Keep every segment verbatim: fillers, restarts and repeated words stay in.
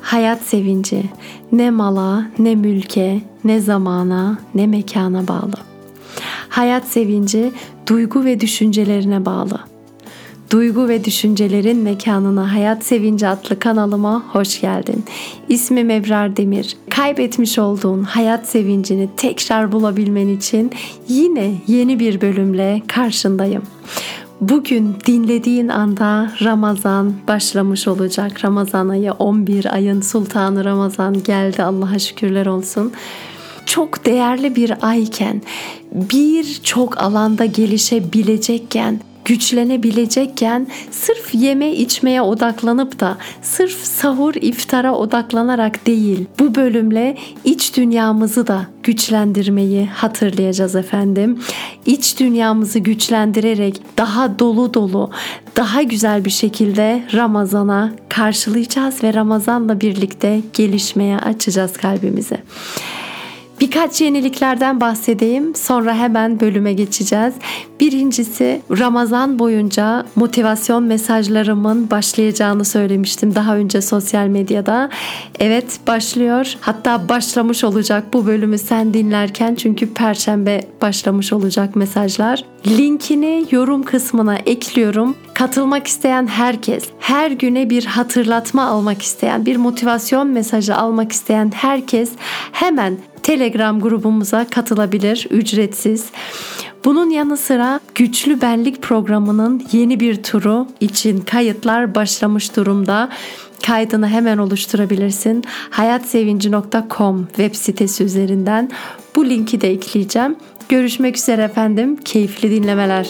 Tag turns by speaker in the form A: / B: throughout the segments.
A: Hayat sevinci ne mala, ne mülke, ne zamana, ne mekana bağlı. Hayat sevinci duygu ve düşüncelerine bağlı. Duygu ve düşüncelerin mekanına Hayat Sevinci adlı kanalıma hoş geldin. İsmim Ebrar Demir. Kaybetmiş olduğun hayat sevincini tekrar bulabilmen için yine yeni bir bölümle karşındayım. Bugün dinlediğin anda Ramazan başlamış olacak. Ramazan ayı, on bir ayın sultanı Ramazan geldi, Allah'a şükürler olsun. Çok değerli bir ayken, birçok alanda gelişebilecekken, güçlenebilecekken sırf yeme içmeye odaklanıp da sırf sahur iftara odaklanarak değil, bu bölümle iç dünyamızı da güçlendirmeyi hatırlayacağız efendim. İç dünyamızı güçlendirerek daha dolu dolu, daha güzel bir şekilde Ramazan'a karşılayacağız ve Ramazan'la birlikte gelişmeye açacağız kalbimizi. Birkaç yeniliklerden bahsedeyim, sonra hemen bölüme geçeceğiz. Birincisi, Ramazan boyunca motivasyon mesajlarımın başlayacağını söylemiştim daha önce sosyal medyada. Evet, başlıyor. Hatta başlamış olacak bu bölümü sen dinlerken, çünkü Perşembe başlamış olacak mesajlar. Linkini yorum kısmına ekliyorum. Katılmak isteyen herkes, her güne bir hatırlatma almak isteyen, bir motivasyon mesajı almak isteyen herkes hemen Telegram grubumuza katılabilir, ücretsiz. Bunun yanı sıra Güçlü Benlik programının yeni bir turu için kayıtlar başlamış durumda. Kaydını hemen oluşturabilirsin. hayat sevinci nokta com web sitesi üzerinden bu linki de ekleyeceğim. Görüşmek üzere efendim. Keyifli dinlemeler.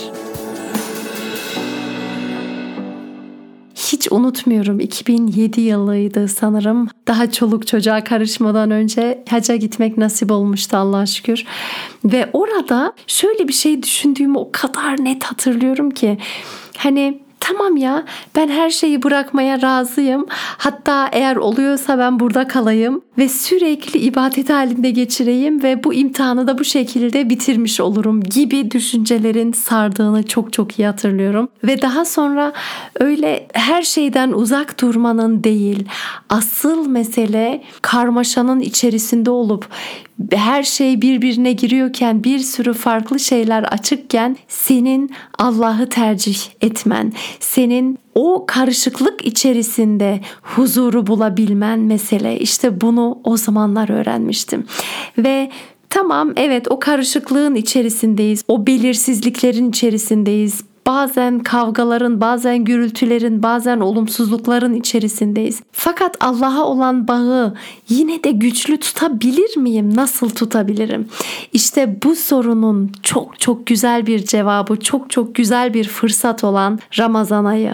A: Hiç unutmuyorum, iki bin yedi yılıydı sanırım. Daha çoluk çocuğa karışmadan önce hacca gitmek nasip olmuştu Allah'a şükür. Ve orada şöyle bir şey düşündüğümü o kadar net hatırlıyorum ki. Hani tamam ya, ben her şeyi bırakmaya razıyım. Hatta eğer oluyorsa ben burada kalayım ve sürekli ibadet halinde geçireyim ve bu imtihanı da bu şekilde bitirmiş olurum gibi düşüncelerin sardığını çok çok iyi hatırlıyorum. Ve daha sonra öyle her şeyden uzak durmanın değil, asıl mesele karmaşanın içerisinde olup her şey birbirine giriyorken, bir sürü farklı şeyler açıkken senin Allah'ı tercih etmen, senin o karışıklık içerisinde huzuru bulabilmen mesele. İşte bunu o zamanlar öğrenmiştim. Ve tamam, evet, o karışıklığın içerisindeyiz, o belirsizliklerin içerisindeyiz. Bazen kavgaların, bazen gürültülerin, bazen olumsuzlukların içerisindeyiz. Fakat Allah'a olan bağı yine de güçlü tutabilir miyim? Nasıl tutabilirim? İşte bu sorunun çok çok güzel bir cevabı, çok çok güzel bir fırsat olan Ramazan ayı.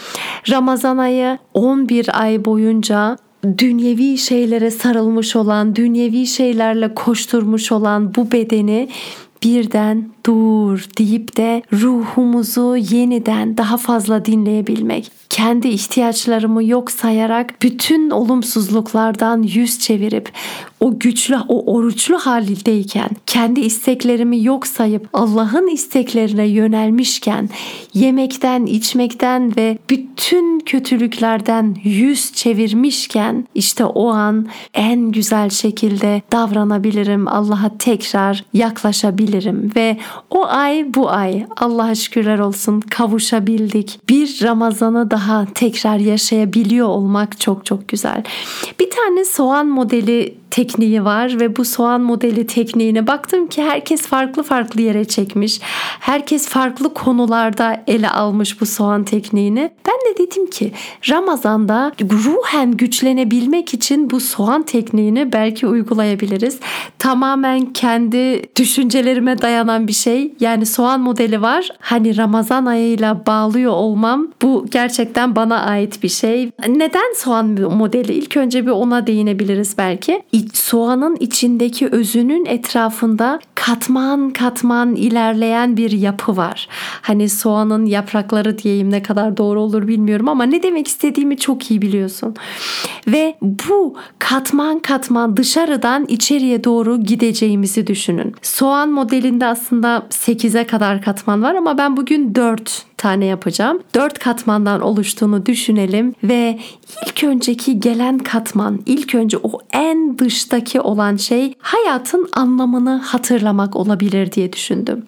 A: Ramazan ayı on bir ay boyunca dünyevi şeylere sarılmış olan, dünyevi şeylerle koşturmuş olan bu bedeni birden dur deyip de ruhumuzu yeniden daha fazla dinleyebilmek, kendi ihtiyaçlarımı yok sayarak bütün olumsuzluklardan yüz çevirip o güçlü, o oruçlu haldeyken kendi isteklerimi yok sayıp Allah'ın isteklerine yönelmişken, yemekten, içmekten ve bütün kötülüklerden yüz çevirmişken, işte o an en güzel şekilde davranabilirim, Allah'a tekrar yaklaşabilirim ve o ay bu ay Allah'a şükürler olsun kavuşabildik. Bir Ramazan'ı daha tekrar yaşayabiliyor olmak çok çok güzel. Bir tane soğan modeli tekniği var ve bu soğan modeli tekniğine baktım ki herkes farklı farklı yere çekmiş. Herkes farklı konularda ele almış bu soğan tekniğini. Ben de dedim ki Ramazan'da ruhen güçlenebilmek için bu soğan tekniğini belki uygulayabiliriz. Tamamen kendi düşüncelerime dayanan bir şey. Yani soğan modeli var. Hani Ramazan ayıyla bağlıyor olmam, bu gerçekten bana ait bir şey. Neden soğan modeli? İlk önce bir ona değinebiliriz belki. Soğanın içindeki özünün etrafında katman katman ilerleyen bir yapı var. Hani soğanın yaprakları diyeyim, ne kadar doğru olur bilmiyorum ama ne demek istediğimi çok iyi biliyorsun. Ve bu katman katman dışarıdan içeriye doğru gideceğimizi düşünün. Soğan modelinde aslında sekize kadar katman var ama ben bugün dört tane yapacağım. Dört katmandan oluştuğunu düşünelim ve ilk önceki gelen katman, ilk önce o en dıştaki olan şey hayatın anlamını hatırlamak olabilir diye düşündüm.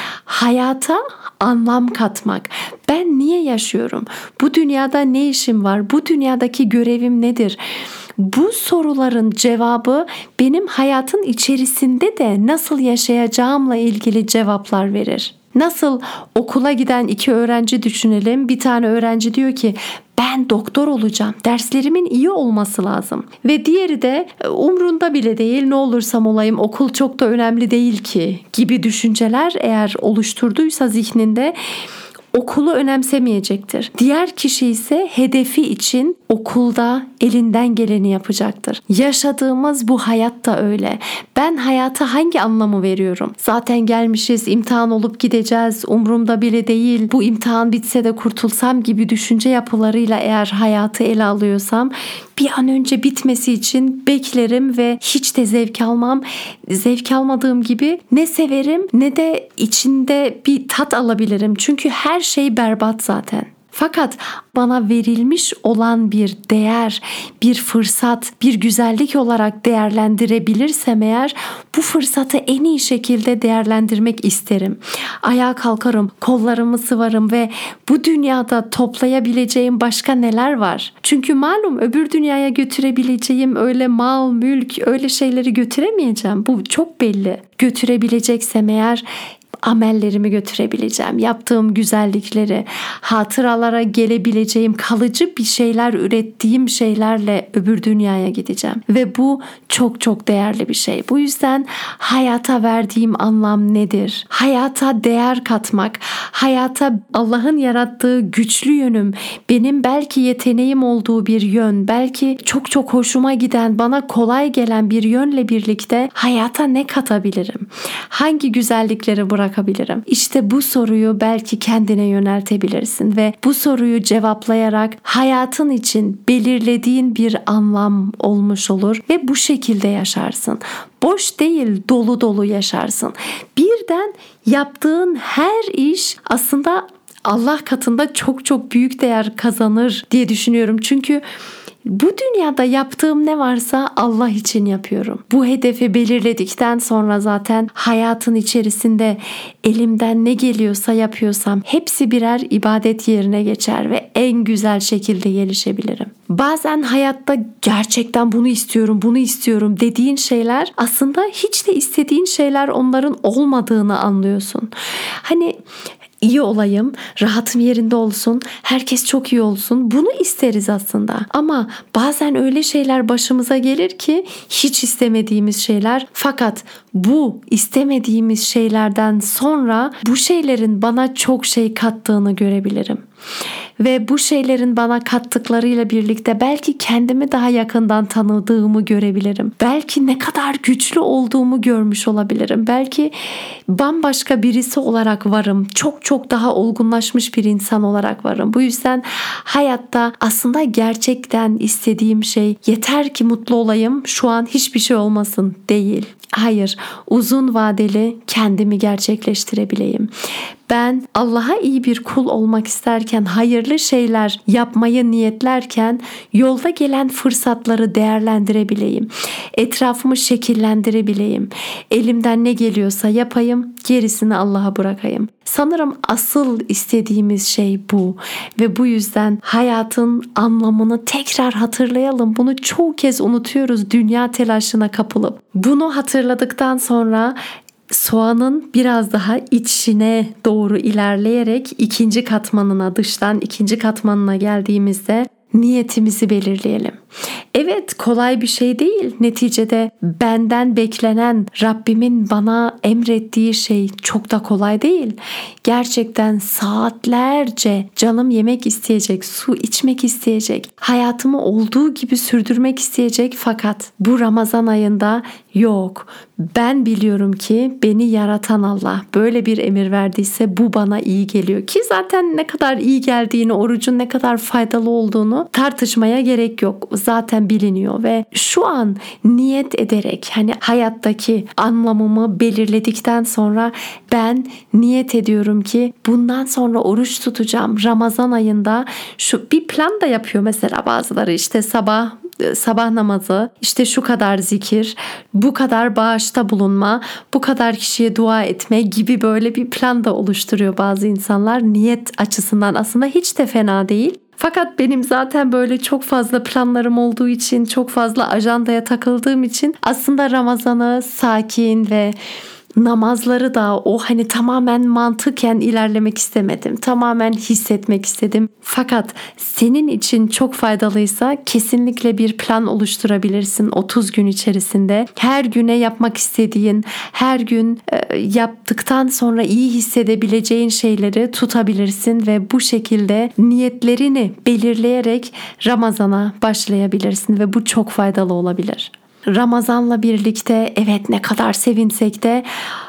A: Hayata anlam katmak. Ben niye yaşıyorum? Bu dünyada ne işim var? Bu dünyadaki görevim nedir? Bu soruların cevabı benim hayatın içerisinde de nasıl yaşayacağımla ilgili cevaplar verir. Nasıl okula giden iki öğrenci düşünelim. Bir tane öğrenci diyor ki ben doktor olacağım. Derslerimin iyi olması lazım. Ve diğeri de umrunda bile değil, ne olursam olayım, okul çok da önemli değil ki gibi düşünceler eğer oluşturduysa zihninde okulu önemsemeyecektir. Diğer kişi ise hedefi için okulda elinden geleni yapacaktır. Yaşadığımız bu hayat da öyle. Ben hayata hangi anlamı veriyorum? Zaten gelmişiz, imtihan olup gideceğiz, umurumda bile değil, bu imtihan bitse de kurtulsam gibi düşünce yapılarıyla eğer hayatı ele alıyorsam bir an önce bitmesi için beklerim ve hiç de zevk almam. Zevk almadığım gibi ne severim ne de içinde bir tat alabilirim. Çünkü her şey berbat zaten. Fakat bana verilmiş olan bir değer, bir fırsat, bir güzellik olarak değerlendirebilirsem eğer bu fırsatı en iyi şekilde değerlendirmek isterim. Ayağa kalkarım, kollarımı sıvarım ve bu dünyada toplayabileceğim başka neler var? Çünkü malum öbür dünyaya götürebileceğim öyle mal, mülk, öyle şeyleri götüremeyeceğim. Bu çok belli. Götürebileceksem eğer amellerimi götürebileceğim, yaptığım güzellikleri, hatıralara gelebileceğim, kalıcı bir şeyler ürettiğim şeylerle öbür dünyaya gideceğim. Ve bu çok çok değerli bir şey. Bu yüzden hayata verdiğim anlam nedir? Hayata değer katmak, hayata Allah'ın yarattığı güçlü yönüm, benim belki yeteneğim olduğu bir yön, belki çok çok hoşuma giden, bana kolay gelen bir yönle birlikte hayata ne katabilirim? Hangi güzellikleri bırakabilirim? İşte bu soruyu belki kendine yöneltebilirsin ve bu soruyu cevaplayarak hayatın için belirlediğin bir anlam olmuş olur ve bu şekilde yaşarsın. Boş değil, dolu dolu yaşarsın. Birden yaptığın her iş aslında Allah katında çok çok büyük değer kazanır diye düşünüyorum. Çünkü bu dünyada yaptığım ne varsa Allah için yapıyorum. Bu hedefi belirledikten sonra zaten hayatın içerisinde elimden ne geliyorsa yapıyorsam hepsi birer ibadet yerine geçer ve en güzel şekilde gelişebilirim. Bazen hayatta gerçekten bunu istiyorum, bunu istiyorum dediğin şeyler aslında hiç de istediğin şeyler onların olmadığını anlıyorsun. Hani İyi olayım, rahatım yerinde olsun, herkes çok iyi olsun. Bunu isteriz aslında. Ama bazen öyle şeyler başımıza gelir ki hiç istemediğimiz şeyler. Fakat bu istemediğimiz şeylerden sonra bu şeylerin bana çok şey kattığını görebilirim. Ve bu şeylerin bana kattıklarıyla birlikte belki kendimi daha yakından tanıdığımı görebilirim. Belki ne kadar güçlü olduğumu görmüş olabilirim. Belki bambaşka birisi olarak varım. Çok çok daha olgunlaşmış bir insan olarak varım. Bu yüzden hayatta aslında gerçekten istediğim şey yeter ki mutlu olayım, şu an hiçbir şey olmasın değil. Hayır, uzun vadeli kendimi gerçekleştirebileyim. Ben Allah'a iyi bir kul olmak isterken, hayırlı şeyler yapmayı niyetlerken yolda gelen fırsatları değerlendirebileyim. Etrafımı şekillendirebileyim. Elimden ne geliyorsa yapayım, gerisini Allah'a bırakayım. Sanırım asıl istediğimiz şey bu ve bu yüzden hayatın anlamını tekrar hatırlayalım. Bunu çoğu kez unutuyoruz dünya telaşına kapılıp. Bunu hatırladıktan sonra soğanın biraz daha içine doğru ilerleyerek ikinci katmanına, dıştan ikinci katmanına geldiğimizde niyetimizi belirleyelim. Evet, kolay bir şey değil. Neticede benden beklenen, Rabbimin bana emrettiği şey çok da kolay değil. Gerçekten saatlerce canım yemek isteyecek, su içmek isteyecek, hayatımı olduğu gibi sürdürmek isteyecek. Fakat bu Ramazan ayında yok. Ben biliyorum ki beni yaratan Allah böyle bir emir verdiyse bu bana iyi geliyor. Ki zaten ne kadar iyi geldiğini, orucun ne kadar faydalı olduğunu tartışmaya gerek yok. Zaten zaten biliniyor ve şu an niyet ederek hani hayattaki anlamımı belirledikten sonra ben niyet ediyorum ki bundan sonra oruç tutacağım. Ramazan ayında şu bir plan da yapıyor mesela bazıları, işte sabah sabah namazı, işte şu kadar zikir, bu kadar bağışta bulunma, bu kadar kişiye dua etme gibi böyle bir plan da oluşturuyor bazı insanlar. Niyet açısından aslında hiç de fena değil. Fakat benim zaten böyle çok fazla planlarım olduğu için, çok fazla ajandaya takıldığım için aslında Ramazan'ı sakin ve namazları da o hani tamamen mantıken ilerlemek istemedim. Tamamen hissetmek istedim. Fakat senin için çok faydalıysa kesinlikle bir plan oluşturabilirsin otuz gün içerisinde. Her güne yapmak istediğin, her gün e, yaptıktan sonra iyi hissedebileceğin şeyleri tutabilirsin ve bu şekilde niyetlerini belirleyerek Ramazan'a başlayabilirsin ve bu çok faydalı olabilir. Ramazan'la birlikte evet ne kadar sevinsek de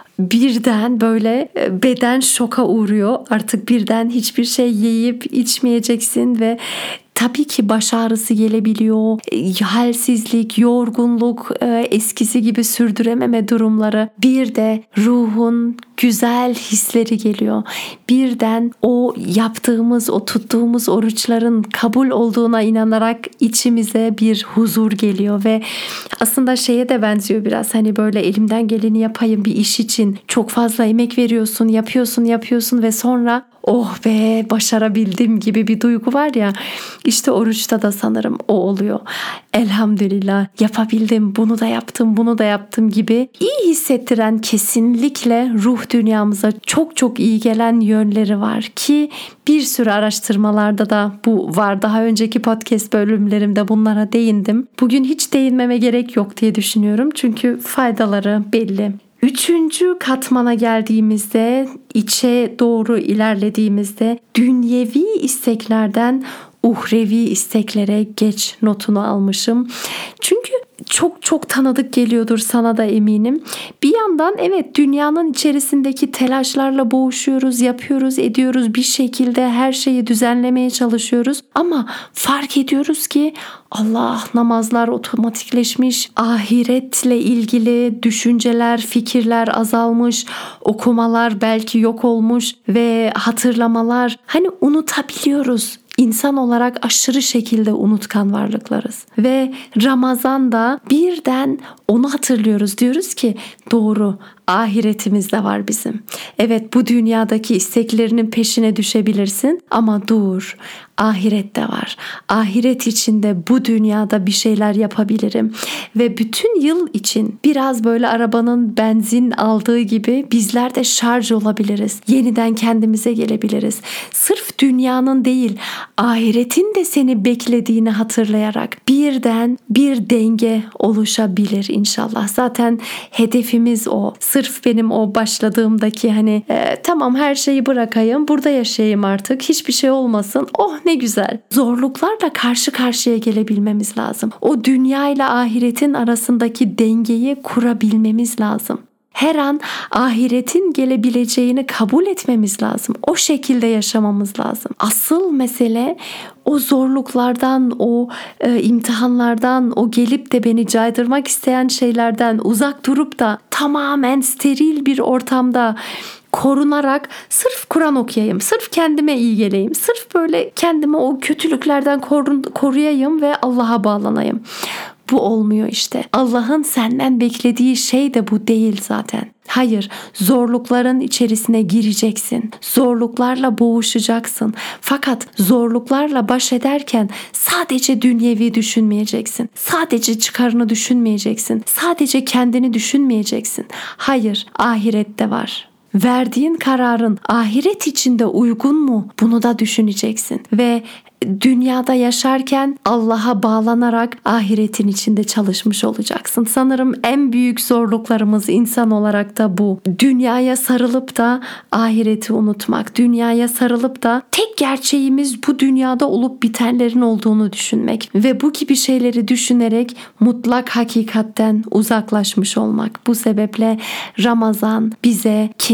A: birden böyle beden şoka uğruyor. Artık birden hiçbir şey yiyip içmeyeceksin ve tabii ki baş ağrısı gelebiliyor, halsizlik, yorgunluk, eskisi gibi sürdürememe durumları. Bir de ruhun güzel hisleri geliyor. Birden o yaptığımız, o tuttuğumuz oruçların kabul olduğuna inanarak içimize bir huzur geliyor ve aslında şeye de benziyor biraz. Hani böyle elimden geleni yapayım bir iş için. Çok fazla emek veriyorsun, yapıyorsun, yapıyorsun ve sonra oh be başarabildim gibi bir duygu var ya, işte oruçta da sanırım o oluyor. Elhamdülillah yapabildim, bunu da yaptım, bunu da yaptım gibi iyi hissettiren, kesinlikle ruh dünyamıza çok çok iyi gelen yönleri var ki bir sürü araştırmalarda da bu var. Daha önceki podcast bölümlerimde bunlara değindim. Bugün hiç değinmeme gerek yok diye düşünüyorum çünkü faydaları belli. Üçüncü katmana geldiğimizde, içe doğru ilerlediğimizde dünyevi isteklerden uhrevi isteklere geç notunu almışım. Çünkü çok çok tanıdık geliyordur sana da eminim. Bir yandan evet dünyanın içerisindeki telaşlarla boğuşuyoruz, yapıyoruz, ediyoruz, bir şekilde her şeyi düzenlemeye çalışıyoruz. Ama fark ediyoruz ki Allah, namazlar otomatikleşmiş, ahiretle ilgili düşünceler, fikirler azalmış, okumalar belki yok olmuş ve hatırlamalar, hani unutabiliyoruz. İnsan olarak aşırı şekilde unutkan varlıklarız. Ve Ramazan'da birden onu hatırlıyoruz. Diyoruz ki doğru, ahiretimiz de var bizim. Evet, bu dünyadaki isteklerinin peşine düşebilirsin ama dur, ahiret de var. Ahiret içinde bu dünyada bir şeyler yapabilirim. Ve bütün yıl için biraz böyle arabanın benzin aldığı gibi bizler de şarj olabiliriz. Yeniden kendimize gelebiliriz. Sırf dünyanın değil, ahiretin de seni beklediğini hatırlayarak birden bir denge oluşabilir inşallah. Zaten hedefimiz o. Sırf benim o başladığımdaki hani e, tamam her şeyi bırakayım, burada yaşayayım artık, hiçbir şey olmasın. Oh ne güzel. Zorluklarla karşı karşıya gelebilmemiz lazım. O dünya ile ahiretin arasındaki dengeyi kurabilmemiz lazım. Her an ahiretin gelebileceğini kabul etmemiz lazım. O şekilde yaşamamız lazım. Asıl mesele o zorluklardan, o e, imtihanlardan, o gelip de beni caydırmak isteyen şeylerden uzak durup da tamamen steril bir ortamda korunarak sırf Kur'an okuyayım, sırf kendime iyi geleyim, sırf böyle kendimi o kötülüklerden koru- koruyayım ve Allah'a bağlanayım. Bu olmuyor işte. Allah'ın senden beklediği şey de bu değil zaten. Hayır, zorlukların içerisine gireceksin. Zorluklarla boğuşacaksın. Fakat zorluklarla baş ederken sadece dünyevi düşünmeyeceksin. Sadece çıkarını düşünmeyeceksin. Sadece kendini düşünmeyeceksin. Hayır, ahirette var. Verdiğin kararın ahiret içinde uygun mu? Bunu da düşüneceksin ve dünyada yaşarken Allah'a bağlanarak ahiretin içinde çalışmış olacaksın. Sanırım en büyük zorluklarımız insan olarak da bu. Dünyaya sarılıp da ahireti unutmak. Dünyaya sarılıp da tek gerçeğimiz bu dünyada olup bitenlerin olduğunu düşünmek. Ve bu gibi şeyleri düşünerek mutlak hakikatten uzaklaşmış olmak. Bu sebeple Ramazan bize kesinlikle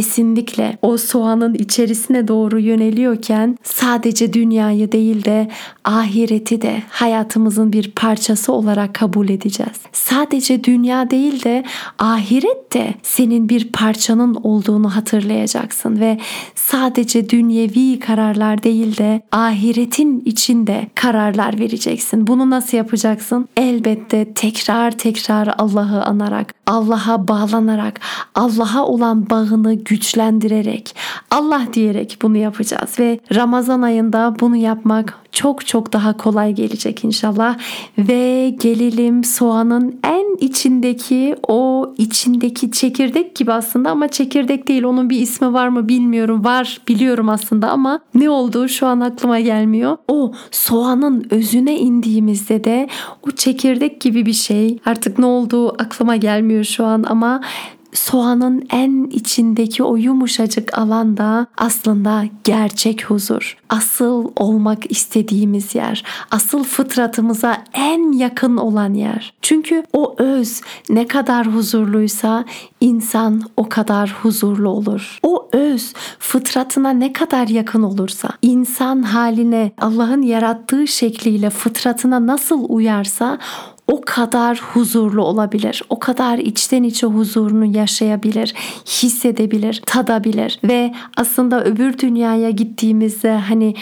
A: kesinlikle o soğanın içerisine doğru yöneliyorken sadece dünyayı değil de ahireti de hayatımızın bir parçası olarak kabul edeceğiz. Sadece dünya değil de ahiret de senin bir parçanın olduğunu hatırlayacaksın ve sadece dünyevi kararlar değil de ahiretin içinde kararlar vereceksin. Bunu nasıl yapacaksın? Elbette tekrar tekrar Allah'ı anarak, Allah'a bağlanarak, Allah'a olan bağını güçlendirerek, Allah diyerek bunu yapacağız ve Ramazan ayında bunu yapmak çok çok daha kolay gelecek inşallah. Ve gelelim soğanın en içindeki o içindeki çekirdek gibi aslında ama çekirdek değil, onun bir ismi var mı bilmiyorum. Var biliyorum aslında ama ne olduğu şu an aklıma gelmiyor. O soğanın özüne indiğimizde de o çekirdek gibi bir şey, artık ne olduğu aklıma gelmiyor şu an ama soğanın en içindeki o yumuşacık alanda aslında gerçek huzur. Asıl olmak istediğimiz yer. Asıl fıtratımıza en yakın olan yer. Çünkü o öz ne kadar huzurluysa insan o kadar huzurlu olur. O öz fıtratına ne kadar yakın olursa, insan haline Allah'ın yarattığı şekliyle fıtratına nasıl uyarsa o kadar huzurlu olabilir. O kadar içten içe huzurunu yaşayabilir, hissedebilir, tadabilir ve aslında öbür dünyaya gittiğimizde hani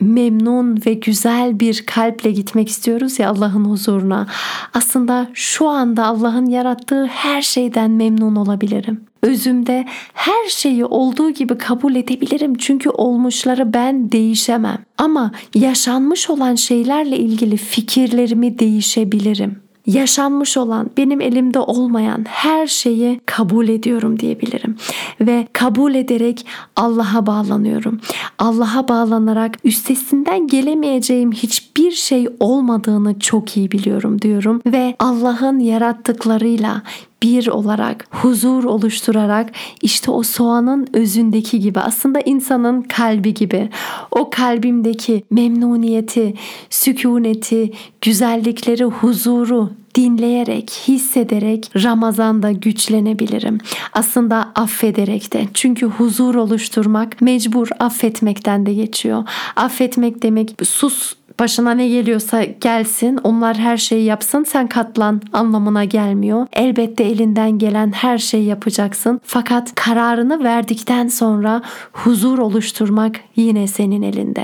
A: memnun ve güzel bir kalple gitmek istiyoruz ya Allah'ın huzuruna. Aslında şu anda Allah'ın yarattığı her şeyden memnun olabilirim. Özümde her şeyi olduğu gibi kabul edebilirim çünkü olmuşları ben değişemem. Ama yaşanmış olan şeylerle ilgili fikirlerimi değişebilirim. Yaşanmış olan, benim elimde olmayan her şeyi kabul ediyorum diyebilirim. Ve kabul ederek Allah'a bağlanıyorum. Allah'a bağlanarak üstesinden gelemeyeceğim hiçbir şey olmadığını çok iyi biliyorum diyorum. Ve Allah'ın yarattıklarıyla bir olarak, huzur oluşturarak işte o soğanın özündeki gibi, aslında insanın kalbi gibi, o kalbimdeki memnuniyeti, sükuneti, güzellikleri, huzuru dinleyerek, hissederek Ramazan'da güçlenebilirim. Aslında affederek de. Çünkü huzur oluşturmak mecbur affetmekten de geçiyor. Affetmek demek sus, başına ne geliyorsa gelsin, onlar her şeyi yapsın, sen katlan anlamına gelmiyor. Elbette elinden gelen her şeyi yapacaksın. Fakat kararını verdikten sonra huzur oluşturmak yine senin elinde.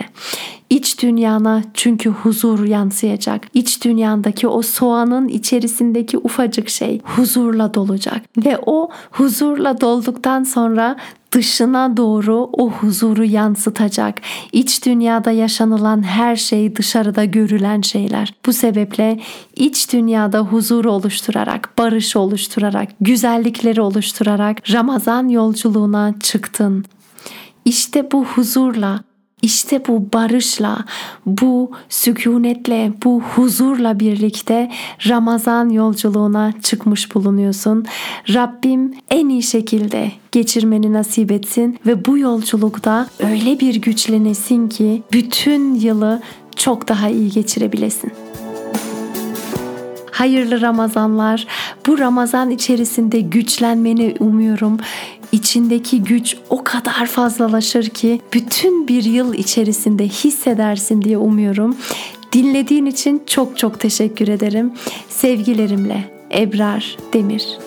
A: İç dünyana çünkü huzur yansıyacak. İç dünyandaki o soğanın içerisindeki ufacık şey huzurla dolacak. Ve o huzurla dolduktan sonra dışına doğru o huzuru yansıtacak. İç dünyada yaşanılan her şey dışarıda görülen şeyler. Bu sebeple iç dünyada huzuru oluşturarak, barışı oluşturarak, güzellikleri oluşturarak Ramazan yolculuğuna çıktın. İşte bu huzurla, İşte bu barışla, bu sükunetle, bu huzurla birlikte Ramazan yolculuğuna çıkmış bulunuyorsun. Rabbim en iyi şekilde geçirmeni nasip etsin ve bu yolculukta öyle bir güçlenesin ki bütün yılı çok daha iyi geçirebilesin. Hayırlı Ramazanlar. Bu Ramazan içerisinde güçlenmeni umuyorum. İçindeki güç o kadar fazlalaşır ki bütün bir yıl içerisinde hissedersin diye umuyorum. Dinlediğin için çok çok teşekkür ederim. Sevgilerimle Ebrar Demir.